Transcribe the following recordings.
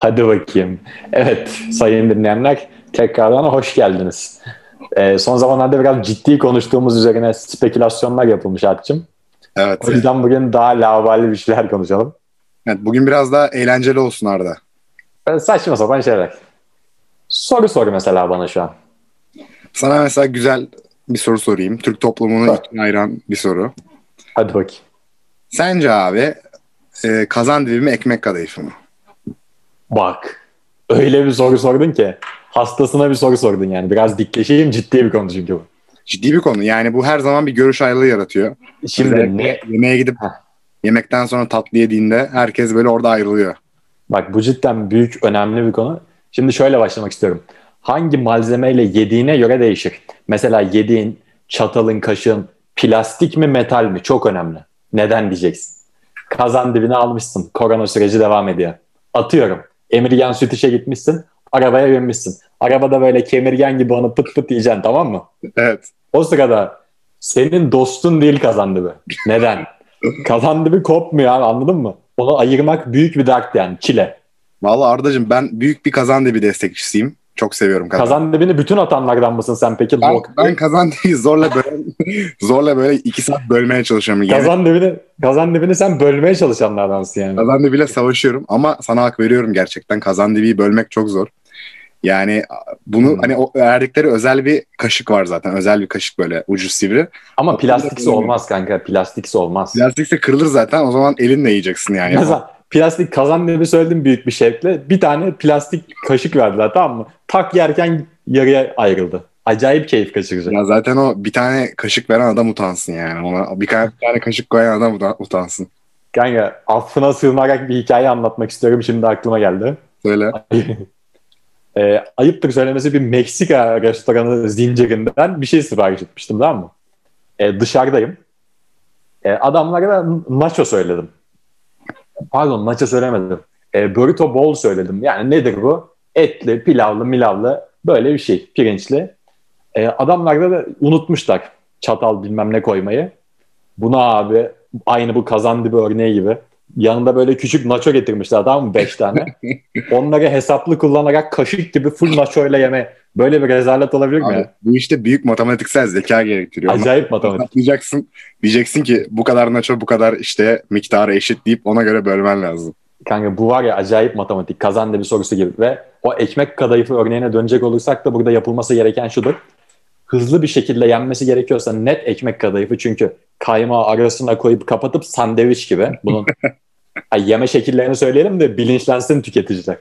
Hadi bakayım. Evet sayın dinleyenler tekrardan hoş geldiniz. Son zamanlarda biraz ciddi konuştuğumuz üzerine spekülasyonlar yapılmış Alp'cığım. O Evet. yüzden bugün daha laubali bir şeyler konuşalım. Evet, bugün biraz daha eğlenceli olsun Arda. Saçma sapan şeyler. Soru mesela bana şu an. Sana mesela güzel bir soru sorayım. Türk toplumunu ikiye ayıran bir soru. Hadi bakayım. Sence abi kazan dibi mi ekmek kadayıfı mı? Bak. Öyle bir soru sordun ki. Hastasına bir soru sordun yani. Biraz dikleşeyim, ciddi bir konu çünkü bu. Ciddi bir konu. Yani bu her zaman bir görüş ayrılığı yaratıyor. Şimdi Özellikle ne? yemeğe gidip Heh, yemekten sonra tatlı yediğinde herkes böyle orada ayrılıyor. bak bu cidden büyük, önemli bir konu. Şimdi şöyle başlamak istiyorum. Hangi malzemeyle yediğine göre değişir. Mesela yediğin çatalın, kaşığın plastik mi, metal mi? Çok önemli. Neden diyeceksin? Kazan dibine almışsın. Korona süreci devam ediyor. Atıyorum. Emirgan süt işe gitmişsin. Arabaya binmişsin. Arabada böyle kemirgen gibi onu pıt pıt yiyeceksin, tamam mı? Evet. O sırada senin dostun değil kazan dibi. Neden? Kazan dibi kopmuyor abi, anladın mı? Onu ayırmak büyük bir dert yani. Çile. Vallahi Ardacığım ben büyük bir kazan dibi destekçisiyim. Çok seviyorum kazan. Kazan dibini bütün atanlardan mısın sen peki? Ben kazan dibi zorla böyle 2 saat bölmeye çalışıyorum. Kazan dibini sen bölmeye çalışanlardansın yani. Kazan dibiyle savaşıyorum ama sana hak veriyorum gerçekten. Kazan dibiyi bölmek çok zor. Yani bunu Hmm. hani o verdikleri özel bir kaşık var zaten. Özel bir kaşık böyle ucu sivri. Ama Ondan da plastiksi kullanıyorum. olmaz kanka. Plastiksi olmaz. Plastikse kırılır zaten. O zaman elinle yiyeceksin yani. Mesela plastik kazan dibi söyledim büyük bir şevkle. Bir tane plastik kaşık verdiler, tamam mı? Tak yerken yarıya ayrıldı. Acayip keyif kaçırıcı. Ya zaten o bir tane kaşık veren adam utansın yani. Ona bir tane kaşık koyan adam utansın. Kanka affına sığınarak bir hikaye anlatmak istiyorum. Şimdi aklıma geldi. Söyle. Ayıptır söylemesi, bir Meksika restoranı zincirinden bir şey sipariş etmiştim, tamam mı? Dışarıdayım. Adamlara da nacho söyledim. Pardon, nacho söylemedim. Burrito bowl söyledim. Yani nedir bu? Etli, pilavlı, milavlı böyle bir şey. Pirinçli. Adamlar da unutmuşlar çatal bilmem ne koymayı. Buna abi aynı bu kazan dibi örneği gibi. Yanında böyle küçük nacho getirmişler, tamam mı? 5 tane. Onları hesaplı kullanarak kaşık gibi full nacho ile yeme. Böyle bir rezalet olabilir mi Abi ya? bu işte büyük matematiksel zeka gerektiriyor. Onu Acayip matematik. hesaplayacaksın. Diyeceksin ki bu kadar naço bu kadar işte miktarı eşit deyip ona göre bölmen lazım. Kanka bu var ya, acayip matematik. Kazan dibi sorusu gibi. Ve o ekmek kadayıfı örneğine dönecek olursak da burada yapılması gereken şudur. Hızlı bir şekilde yenmesi gerekiyorsa net ekmek kadayıfı, çünkü kaymağı arasına koyup kapatıp sandviç gibi. Bunun yeme şekillerini söyleyelim de bilinçlensin tüketiciler.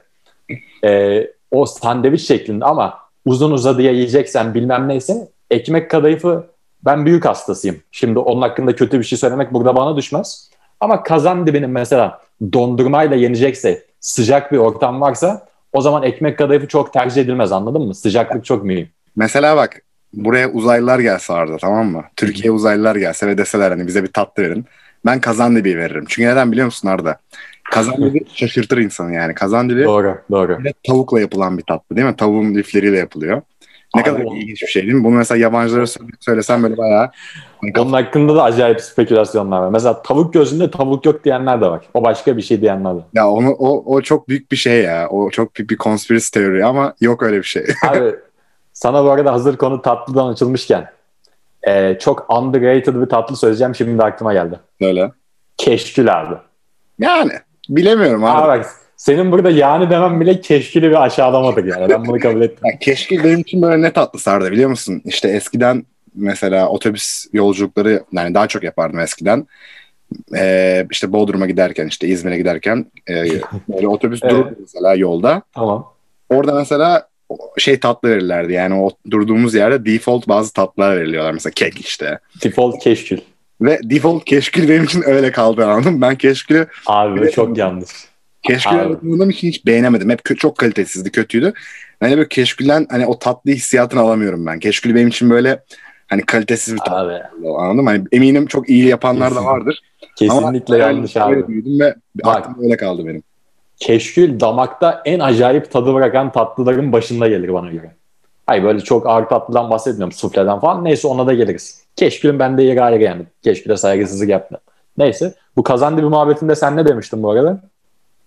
O sandviç şeklinde ama uzun uzadıya yiyeceksen bilmem neyse, ekmek kadayıfı ben büyük hastasıyım. Şimdi onun hakkında kötü bir şey söylemek burada bana düşmez. Ama kazan dibinin mesela dondurmayla yenecekse, sıcak bir ortam varsa, o zaman ekmek kadayıfı çok tercih edilmez, anladın mı? Sıcaklık çok mühim. Mesela bak buraya uzaylılar gelse Arda, tamam mı? Hı hı. Türkiye'ye uzaylılar gelse ve deseler hani bize bir tatlı verin. Ben kazandibi veririm. Çünkü neden biliyor musun Arda? Kazandibi şaşırtır insanı yani. Kazandibi Doğru, doğru. bir de tavukla yapılan bir tatlı değil mi? Tavuğun lifleriyle yapılıyor. Ne Abi kadar ilginç bir şey değil mi? Bunu mesela yabancılara söylesem böyle bayağı hani onun hakkında da acayip spekülasyonlar var. Mesela tavuk gözünde tavuk yok diyenler de var. O başka bir şey diyenler de. ya o çok büyük bir şey ya. O çok büyük bir konspirasi teori ama yok öyle bir şey. Abi sana bu arada hazır konu tatlıdan açılmışken çok underrated bir tatlı söyleyeceğim, şimdi aklıma geldi. Böyle. Keşkül abi. Yani bilemiyorum Abi Arda. bak, senin burada yani demem bile keşkülü bir aşağılamadır yani. Ben bunu kabul ettim. Ya keşke benim için böyle ne tatlı sardı biliyor musun? İşte eskiden mesela otobüs yolculukları yani daha çok yapardım eskiden. İşte Bodrum'a giderken işte İzmir'e giderken böyle otobüs dururdu Evet, mesela yolda. tamam. Orada mesela şey tatlı verirlerdi. Yani o durduğumuz yerde default bazı tatlılar veriliyorlar. Mesela kek işte. Default keşkül. Ve default keşkül benim için öyle kaldı anladın mı? Ben keşkülü Abi bu çok yanlış. keşkülü Abi kullandığım için hiç beğenemedim. Hep çok kalitesizdi, kötüydü. Hani böyle keşkülden hani o tatlı hissiyatını alamıyorum ben. Keşkül benim için böyle hani kalitesiz bir tatlı. abi Anladın mı? Hani eminim çok iyi yapanlar da kesin, vardır. Ama kesinlikle yanlış hayallerimde abi. öyle büyüdüm ve Bak, aklımda öyle kaldı benim. keşkül damakta en acayip tadı bırakan tatlıların başında gelir bana göre. Hayır, böyle çok ağır tatlıdan bahsetmiyorum. Sufleden falan. Neyse, ona da geliriz. Keşkülün bende yeri ayrı yani. Keşküle saygısızlık yapma. Neyse. Bu kazandibi muhabbetinde sen ne demiştin bu arada?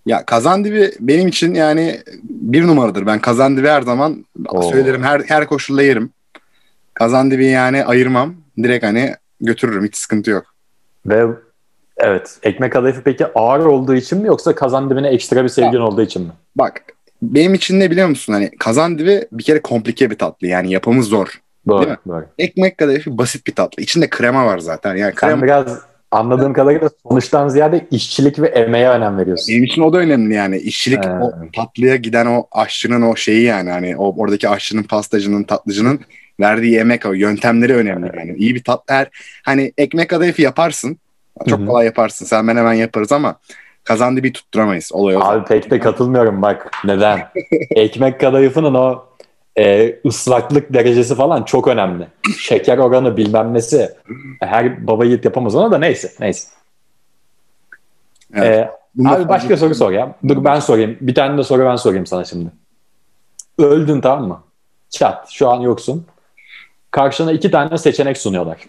Ya kazandibi benim için yani bir numaradır. Ben kazandibi her zaman söylerim. Her koşulda yerim. Kazandibi yani ayırmam. Direkt hani götürürüm. Hiç sıkıntı yok. Ve evet, ekmek kadayıfı peki ağır olduğu için mi yoksa kazandibine ekstra bir sevgin olduğu için mi? Bak benim için ne biliyor musun? Hani kazandibi bir kere komplike bir tatlı. Yani yapımı zor. Değil Doğru, mi? doğru. Ekmek kadayıfı basit bir tatlı. İçinde krema var zaten. Yani Sen krema biraz anladığım kadarıyla sonuçtan ziyade işçilik ve emeğe önem veriyorsun. benim için o da önemli yani. İşçilik o tatlıya giden o aşçının o şeyi yani hani oradaki aşçının, pastacının, tatlıcının verdiği emek o yöntemleri önemli yani. İyi bir tatlı hani ekmek kadayıfı yaparsın. Çok kolay yaparsın. Sen ben hemen yaparız ama kazandibi tutturamayız. Olay o Abi pek de katılmıyorum bak. Neden? Ekmek kadayıfının o ıslaklık derecesi falan çok önemli. Şeker oranı bilmem nesi. Her baba yiğit yapamaz ona da neyse. Neyse. Evet. Abi başka soru sor ya. Dur ben sorayım. Bir tane de soru ben sorayım sana şimdi. Öldün tamam mı? Çat. Şu an yoksun. Karşına 2 tane seçenek sunuyorlar.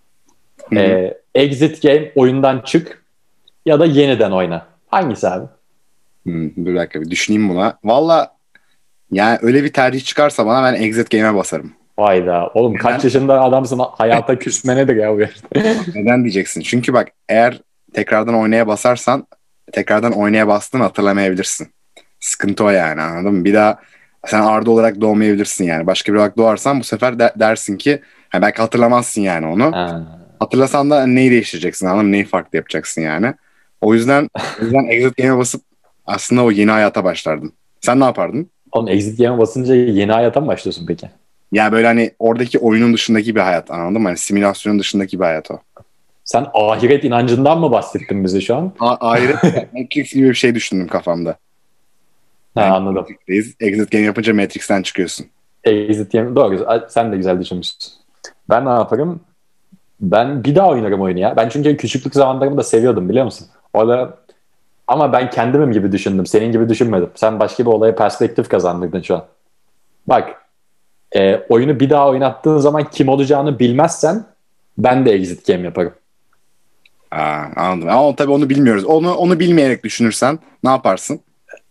Exit game, oyundan çık ya da yeniden oyna. Hangisi abi? Bir dakika bir düşüneyim buna. Valla yani öyle bir tercih çıkarsa bana ben exit game'e basarım. Vayda. Oğlum Neden? kaç yaşında adamsın, hayata küsme nedir ya bu Neden diyeceksin? Çünkü bak eğer tekrardan oynaya basarsan tekrardan oynaya bastığını hatırlamayabilirsin. Sıkıntı o yani anladın mı? Bir daha sen Arda olarak doğmayabilirsin yani. Başka bir olarak doğarsan bu sefer dersin ki belki hatırlamazsın yani onu. Hatırlasan da neyi değiştireceksin anladın mı? Neyi farklı yapacaksın yani. O yüzden exit game'e basıp aslında o yeni hayata başlardın. Sen ne yapardın? Oğlum exit game'e basınca yeni hayata mı başlıyorsun peki? Ya böyle hani oradaki oyunun dışındaki bir hayat anladın mı? Hani simülasyonun dışındaki bir hayat o. Sen ahiret inancından mı bahsettin bize şu an? Ahiret Matrix gibi bir şey düşündüm kafamda. Yani Anladım. Exit game yapınca Matrix'ten çıkıyorsun. Exit game doğru. Sen de güzel düşünmüşsün. Ben ne yaparım? Ben bir daha oynarım oyunu ya. Ben çünkü küçüklük zamanlarımı da seviyordum biliyor musun? Orada ama ben kendimim gibi düşündüm. Senin gibi düşünmedim. Sen başka bir olaya perspektif kazandırdın şu an. Bak oyunu bir daha oynattığın zaman kim olacağını bilmezsen ben de exit game yaparım. Anladım. Ama tabii onu bilmiyoruz. Onu bilmeyerek düşünürsen ne yaparsın?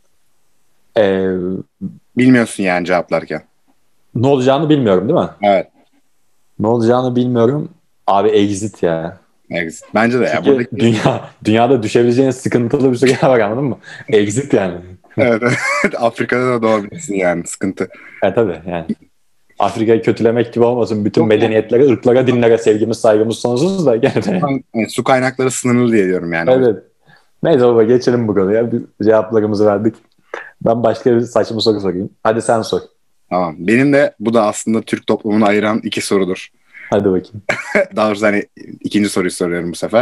Bilmiyorsun yani cevaplarken. Ne olacağını bilmiyorum değil mi? Evet. Ne olacağını bilmiyorum. Abi exit ya. Exit. Bence de ya. Çünkü dünyada düşebileceğin sıkıntılı bir süre var anladın mı? Exit yani. Evet. Afrika'da da doğabilirsin yani. Sıkıntı. Tabii yani. Afrika'yı kötülemek gibi olmasın. Bütün Yok medeniyetlere, ırklara, dinlere sevgimiz, saygımız sonsuz da gene de. Yani, su kaynakları sınırlı diye diyorum yani. Evet. Neyse baba geçelim bu konuya. Bir cevaplarımızı verdik. Ben başka bir saçma soru sorayım. Hadi sen sor. Tamam. Benim de bu da aslında Türk toplumunu ayıran 2 sorudur. Hadi bakayım. Daha doğrusu hani ikinci soruyu soruyorum bu sefer.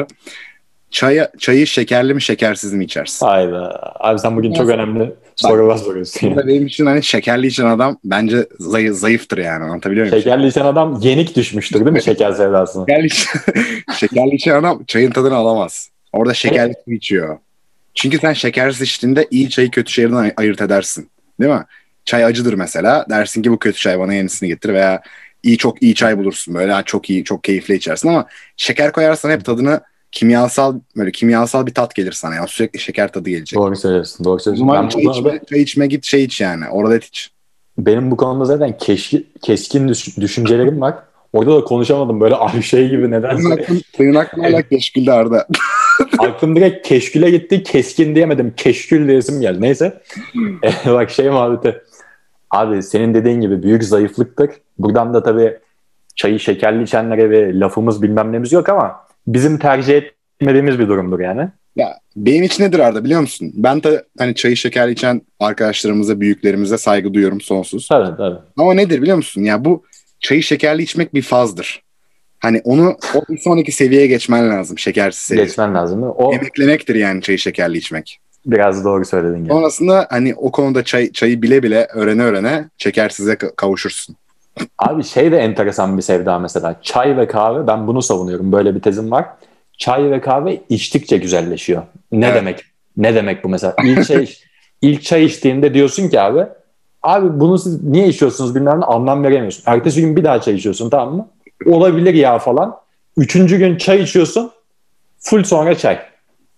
Çayı şekerli mi şekersiz mi içersin? Hayda. Abi sen bugün çok önemli sorular soruyorsun. Yani. Benim için hani şekerli içen adam bence zayıftır yani anlatabiliyor muyum? Şekerli içen adam yenik düşmüştür değil mi şeker sevdasına? Şekerli içen adam çayın tadını alamaz. Orada şekerli su içiyor. Çünkü sen şekersiz içtiğinde iyi çayı kötü çaydan ayırt edersin. Değil mi? Çay acıdır mesela. Dersin ki bu kötü çay bana yenisini getir veya çok iyi çay bulursun. Böyle çok iyi, çok keyifli içersin ama şeker koyarsan hep tadını kimyasal bir tat gelir sana. Yani sürekli şeker tadı gelecek. Doğru söylüyorsun. Doğru söylüyorsun. Ben çay içme git şey iç yani. Orada et iç. Benim bu konuda zaten keskin düşüncelerim var. Orada da konuşamadım böyle şey gibi nedense. Senin aklın hala keşkülde Arda. Aklım direkt keşküle gitti. Keskin diyemedim. Keşkül diyesim geldi. Neyse. Bak muhabbeti. Abi senin dediğin gibi büyük zayıflıktır. Buradan da tabii çayı şekerli içenlere bir lafımız bilmem nemiz yok ama bizim tercih etmediğimiz bir durumdur yani. Ya benim için nedir Arda biliyor musun? Ben de hani çayı şekerli içen arkadaşlarımıza, büyüklerimize saygı duyuyorum sonsuz. Tabii. Ama nedir biliyor musun? Ya bu çayı şekerli içmek bir fazdır. Hani o bir sonraki seviyeye geçmen lazım. Şekersiz seviyeye. Geçmen lazım. O emeklemektir yani çayı şekerli içmek. Biraz doğru söyledin yani. Sonrasında hani o konuda çayı bile bile öğrene şekersize kavuşursun. Abi de enteresan bir sevda mesela. Çay ve kahve, ben bunu savunuyorum. Böyle bir tezim var. Çay ve kahve içtikçe güzelleşiyor. Ne demek? Ne demek bu mesela? İlk çay içtiğinde diyorsun ki abi bunu siz niye içiyorsunuz bilmem ne, anlam veremiyorsun. Ertesi gün bir daha çay içiyorsun, tamam mı? Olabilir ya falan. 3. gün çay içiyorsun. Full sonra çay.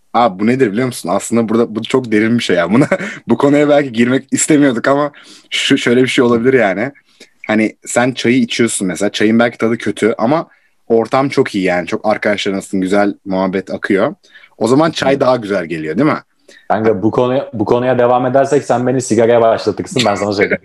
Abi bu nedir biliyor musun? Aslında burada bu çok derin bir şey ya. Bu konuya belki girmek istemiyorduk ama şöyle bir şey olabilir yani. Hani sen çayı içiyorsun mesela. Çayın belki tadı kötü ama ortam çok iyi yani. Çok arkadaşlarınızın güzel muhabbet akıyor. O zaman çay daha güzel geliyor değil mi? Kanka bu konuya devam edersek sen beni sigaraya başlatırsın, ben sana söyleyeyim.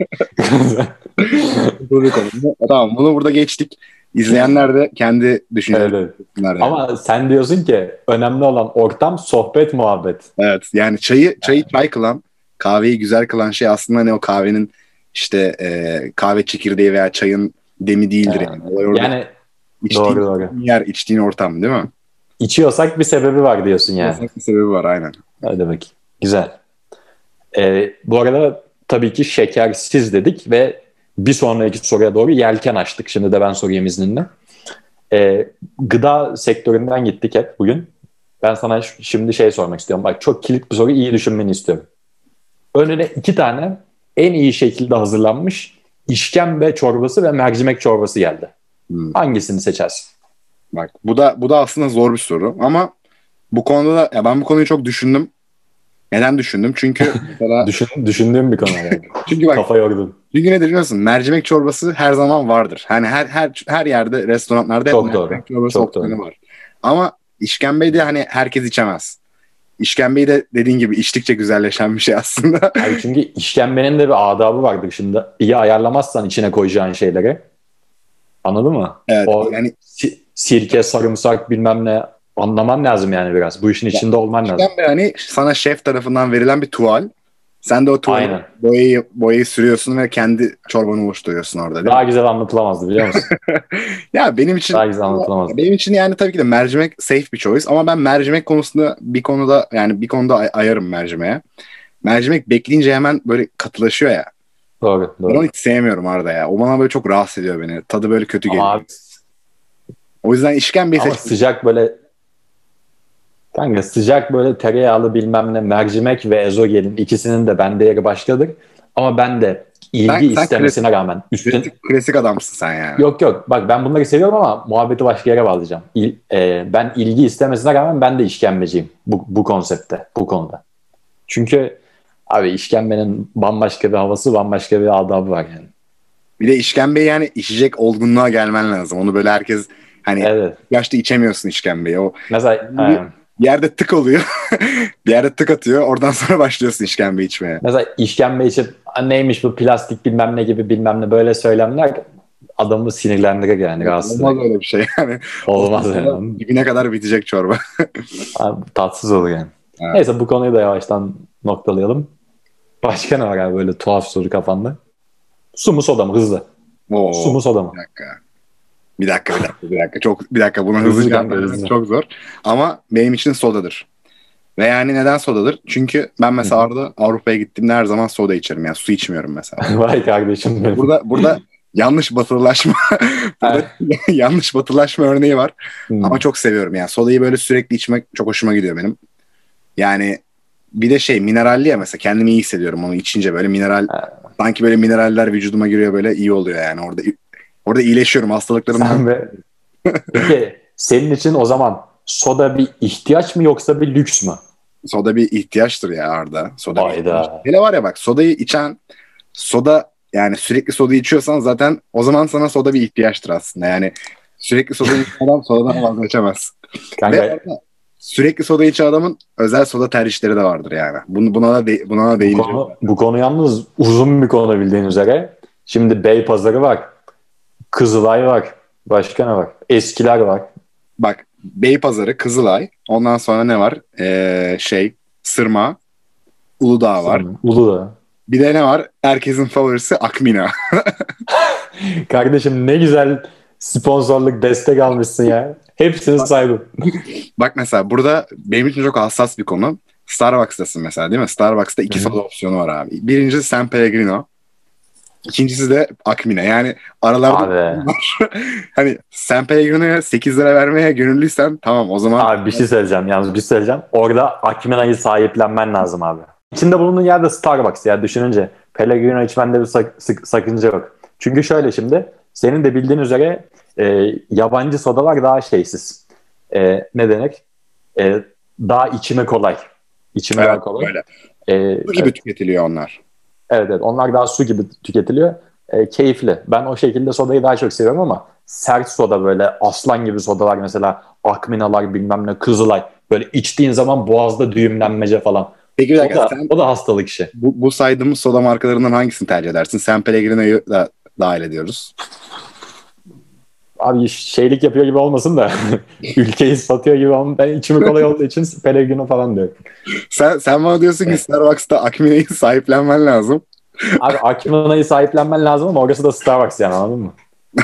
Bu bir konu. Tamam, bunu burada geçtik. İzleyenler de kendi Evet, düşüncelerini evet. yapsınlar yani. Ama sen diyorsun ki önemli olan ortam, sohbet, muhabbet. Evet yani çayı çay kılan, kahveyi güzel kılan şey aslında hani o kahvenin işte kahve çekirdeği veya çayın demi değildir Ha. yani. Olay orada Yani içtiğin doğru doğru. yer, içtiğin ortam değil mi? İçiyorsak bir sebebi var diyorsun yani. Yasak bir sebebi var aynen. Hadi bakayım. Güzel. Bu arada tabii ki şekersiz dedik ve bir sonraki soruya doğru yelken açtık. Şimdi de ben sorayım izninle. Gıda sektöründen gittik hep bugün. Ben sana şimdi şey sormak istiyorum. Bak, çok kilit bir soru, iyi düşünmeni istiyorum. Önüne iki tane en iyi şekilde hazırlanmış işkembe çorbası ve mercimek çorbası geldi. Hmm. Hangisini seçersin? Bak bu da aslında zor bir soru ama bu konuda da ya ben bu konuyu çok düşündüm. Neden düşündüm? Çünkü mesela Düşündüğüm bir konu yani. çünkü bak Kafa yordun. çünkü ne biliyorsun? Mercimek çorbası her zaman vardır. Hani her yerde restoranlarda hep Çok doğru. mercimek çorbası Çok doğru. opsiyonu var. Ama işkembeyi de hani herkes içemez. İşkembeyi de dediğin gibi içtikçe güzelleşen bir şey aslında. Abi çünkü işkembenin de bir adabı vardır şimdi. İyi ayarlamazsan içine koyacağın şeyleri. Anladın mı? Evet O yani sirke, sarımsak bilmem ne anlaman lazım yani biraz. Bu işin içinde olman lazım. işkembe hani sana şef tarafından verilen bir tuval. Sen de o tuvale Aynen. boyayı sürüyorsun ve kendi çorbanı oluşturuyorsun orada değil mi? Daha güzel anlatılamazdı, biliyor musun? Ya benim için Daha güzel anlatılamazdı. yani tabii ki de mercimek safe bir choice ama ben mercimek konusunda bir konuda ayarım mercimeğe. Mercimek bekleyince hemen böyle katılaşıyor ya. Doğru, Ben onu doğru. hiç sevmiyorum Arda ya. O bana böyle çok rahatsız ediyor beni. Tadı böyle kötü Ama geliyor. abi, O yüzden işkembeyi ama seçtim. sıcak böyle, kanka sıcak böyle tereyağlı bilmem ne mercimek ve ezogelin, ikisinin de bende yeri başkadır. Ama ben de ilgi Sen istemesine rağmen klasik adamsın sen yani. yok yok, bak ben bunları seviyorum ama muhabbeti başka yere bağlayacağım. Ben ilgi istemesine rağmen ben de işkembeciyim bu konsepte, bu konuda. Çünkü abi işkembenin bambaşka bir havası, bambaşka bir adabı var yani. Bir de işkembeyi yani içecek olgunluğa gelmen lazım. Onu böyle herkes hani Evet. yaşta içemiyorsun işkembeyi. O Mesela bir yerde tık oluyor. Bir yerde tık atıyor. Oradan sonra başlıyorsun işkembe içmeye. mesela işkembe içip neymiş bu plastik bilmem ne gibi bilmem ne böyle söylemler adamı sinirlendirir yani, rahatsız Olmaz eder. öyle bir şey yani. O Olmaz sırada yani. dibine kadar bitecek çorba. Abi, tatsız olur yani. Evet. Neyse, bu konuyu da yavaştan noktalayalım. Başka ne var abi böyle tuhaf soru kafanda? Su mu soda mı, hızlı? Oo, Su mu soda mı? bir dakika. Bir dakika. Bir dakika. Buna Hızlı hızlı cevap kanka, vermem hızlı. çok zor. Ama benim için sodadır. Ve yani neden sodadır? Çünkü ben mesela Avrupa'ya gittiğimde her zaman soda içerim. Yani su içmiyorum mesela. Vay kardeşim benim. Burada yanlış batılılaşma burada yanlış batılılaşma örneği var. Ama çok seviyorum yani. Sodayı böyle sürekli içmek çok hoşuma gidiyor benim. Yani bir de mineralli ya mesela. Kendimi iyi hissediyorum onu içince böyle mineral. Sanki böyle mineraller vücuduma giriyor, böyle iyi oluyor yani. Orada iyileşiyorum hastalıklarımdan. Sen be. Peki senin için o zaman soda bir ihtiyaç mı yoksa bir lüks mü? Soda bir ihtiyaçtır ya Arda. Soda bir ihtiyaç. Hayda. Hele var ya bak, soda yani sürekli soda içiyorsan zaten o zaman sana soda bir ihtiyaçtır aslında. Yani sürekli soda içen adam sodadan vazgeçemez. Ve Kanka sürekli soda içen adamın özel soda tercihleri de vardır yani. Buna da değineceğim. bu konu yalnız uzun bir konu bildiğin üzere. Şimdi Beypazarı var. Kızılay var. Başka ne var? Eskiler var. Bak, Beypazarı, Kızılay. Ondan sonra ne var? Sırma, Uludağ var. Uludağ. Bir de ne var? Herkesin favorisi Akmina. Kardeşim ne güzel sponsorluk destek almışsın ya. Hepsini saydım. Bak mesela burada benim için çok hassas bir konu. Starbucks'tasın mesela değil mi? Starbucks'ta iki soda opsiyonu var abi. Birincisi San Pellegrino. İkincisi de Akmina. Yani aralarda Abi. hani San Pellegrino'ya 8 lira vermeye gönüllüysen tamam o zaman. Abi bir şey söyleyeceğim. Yalnız bir şey söyleyeceğim. Orada Akmina'yı sahiplenmen lazım abi. İçinde bulunduğun yerde Starbucks ya, düşününce. Pellegrino içmende bir sakınca yok. Çünkü şöyle, şimdi senin de bildiğin üzere yabancı sodalar daha şeysiz. Ne denir? daha içime kolay. İçime Evet, daha kolay. öyle. Bu gibi Evet, tüketiliyor onlar. evet, evet. Onlar daha su gibi tüketiliyor. Keyifli. Ben o şekilde sodayı daha çok seviyorum ama sert soda böyle aslan gibi sodalar mesela Akminalar bilmem ne Kızılay. Böyle içtiğin zaman boğazda düğümlenmece falan. Peki bir O dakika, da sen o da hastalık işi. bu saydığımız soda markalarından hangisini tercih edersin? San Pellegrino'yu da dahil ediyoruz. Abi şeylik yapıyor gibi olmasın da ülkeyi satıyor gibi olmasın. Ben içimi kolay olduğu için Pellegrino falan diyorum. Sen bana diyorsun ki Evet. Starbucks'ta Akme'yi sahiplenmen lazım. Abi Akmina'yı sahiplenmen lazım ama orası da Starbucks yani anladın mı?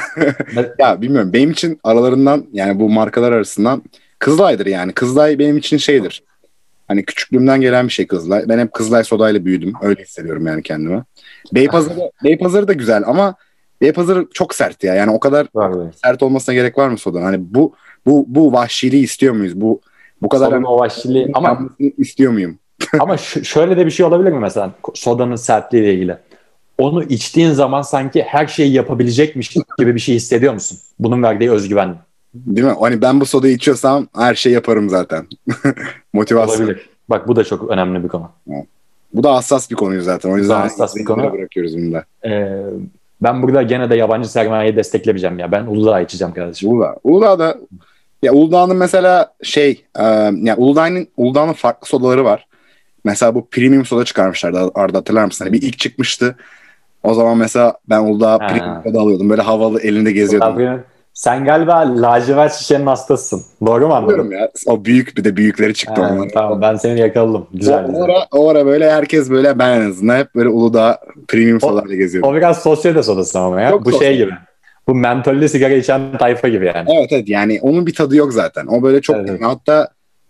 Ya bilmiyorum. Benim için aralarından yani bu markalar arasından Kızılay'dır yani. Kızılay benim için şeydir. Hani küçüklüğümden gelen bir şey Kızılay. Ben hep Kızılay sodayla büyüdüm. Öyle hissediyorum yani kendime. Beypazarı da güzel ama Beypazarı çok sert ya. Yani o kadar Var. sert olmasına gerek var mı sodanın? Hani bu vahşiliği istiyor muyuz? Bu kadar Sodanın hani o vahşiliği ama yanmasını istiyor muyum? şöyle de bir şey olabilir mi mesela sodanın sertliğiyle ilgili? Onu içtiğin zaman sanki her şeyi yapabilecekmiş gibi bir şey hissediyor musun? Bunun verdiği özgüven. Değil mi? Hani ben bu sodayı içiyorsam her şey yaparım zaten. Motivasyon. Olabilir. Bak bu da çok önemli bir konu. Bu da hassas bir konuyu zaten. O Bu da yüzden hassas bir izleyicilere konu. bırakıyoruz bunu da. Ee, Ben burada gene de yabancı sermayeyi desteklemeyeceğim ya. Ben Uludağ içeceğim kardeşim. Uludağ'da ya Uludağ'ın mesela ya Uludağ'ın farklı sodaları var. Mesela bu premium soda çıkarmışlardı Arda, hatırlar mısın? Hani bir ilk çıkmıştı. O zaman mesela ben Uludağ premium Ha. soda alıyordum. Böyle havalı elinde geziyordum. Sen galiba lacivert şişenin hastasısın. Doğru mu Biliyorum anladım? ya. O büyük, bir de büyükleri çıktı Ha, onlar. tamam ben seni yakaladım. Güzel güzel. O ara böyle herkes böyle, ben en azından hep böyle Uludağ premium O, sodayla o geziyordum. biraz sosyete sodası ama ya. Çok Bu şey sosyal. gibi. Bu mentollü sigara içen tayfa gibi yani. Evet, evet, yani onun bir tadı yok zaten. O böyle çok, Evet, evet. hatta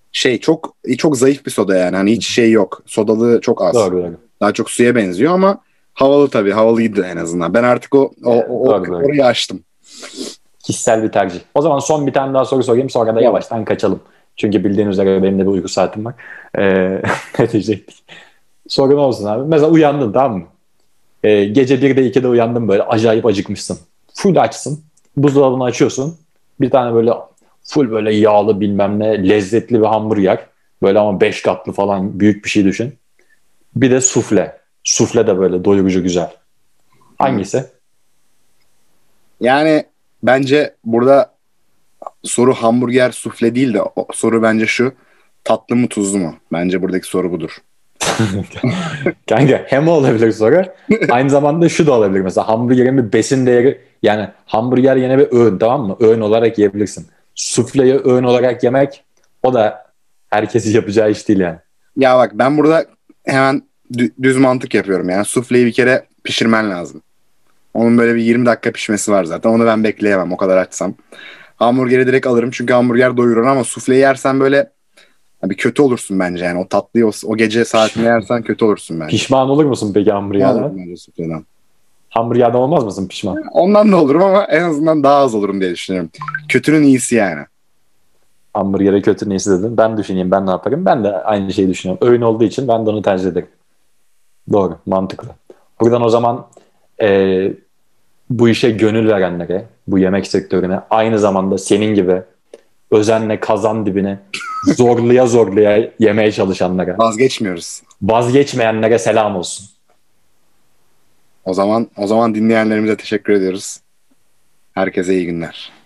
çok zayıf bir soda yani. Hani hiç şey yok. Sodalığı çok az. Doğru doğru. Daha çok suya benziyor ama havalı tabii. Havalıydı en azından. Ben artık Doğru doğru. orayı aştım. Kişisel bir tercih. O zaman son bir tane daha soru sorayım sonra da Tamam. yavaştan kaçalım. Çünkü bildiğin üzere benim de bir uyku saatim var. Ne diyecektik? Sorun olsun abi. Mesela uyandın tamam mı? Gece 1'de 2'de uyandın böyle acayip acıkmışsın. Full açsın. Buzdolabını açıyorsun. Bir tane böyle full böyle yağlı bilmem ne lezzetli bir hamburger. Böyle ama 5 katlı falan büyük bir şey düşün. Bir de sufle. Sufle de böyle doyurucu güzel. Hmm. Hangisi? Yani bence burada soru hamburger sufle değil de soru bence şu: tatlı mı tuzlu mu? Bence buradaki soru budur. Kanka hem o olabilir soru. Aynı zamanda şu da olabilir. Mesela hamburgerin bir besin değeri yani hamburger yine bir öğün tamam mı? Öğün olarak yiyebilirsin. Sufleyi öğün olarak yemek o da herkesin yapacağı iş değil yani. Ya bak, ben burada hemen düz mantık yapıyorum. Yani sufleyi bir kere pişirmen lazım. Onun böyle bir 20 dakika pişmesi var zaten. Onu ben bekleyemem o kadar açsam. Hamburgeri direkt alırım çünkü hamburger doyurur ama sufleyi yersen böyle bir kötü olursun bence yani. O tatlıyı o gece saatinde yersen kötü olursun bence. Pişman olur musun peki Ne olurum hamburgerden? bence sufleden. Hamburgerden olmaz mısın pişman? Ondan da olurum ama en azından daha az olurum diye düşünüyorum. Kötünün iyisi yani. Hamburgere kötü neyse dedin. Ben düşüneyim ben ne yaparım. Ben de aynı şeyi düşünüyorum. Öğün olduğu için ben de onu tercih ederim. Doğru, mantıklı. Buradan o zaman e, bu işe gönül verenlere, bu yemek sektörüne aynı zamanda senin gibi özenle kazan dibine zorluya zorluya yemeye çalışanlara, Vazgeçmiyoruz. vazgeçmeyenlere selam olsun. O zaman dinleyenlerimize teşekkür ediyoruz. Herkese iyi günler.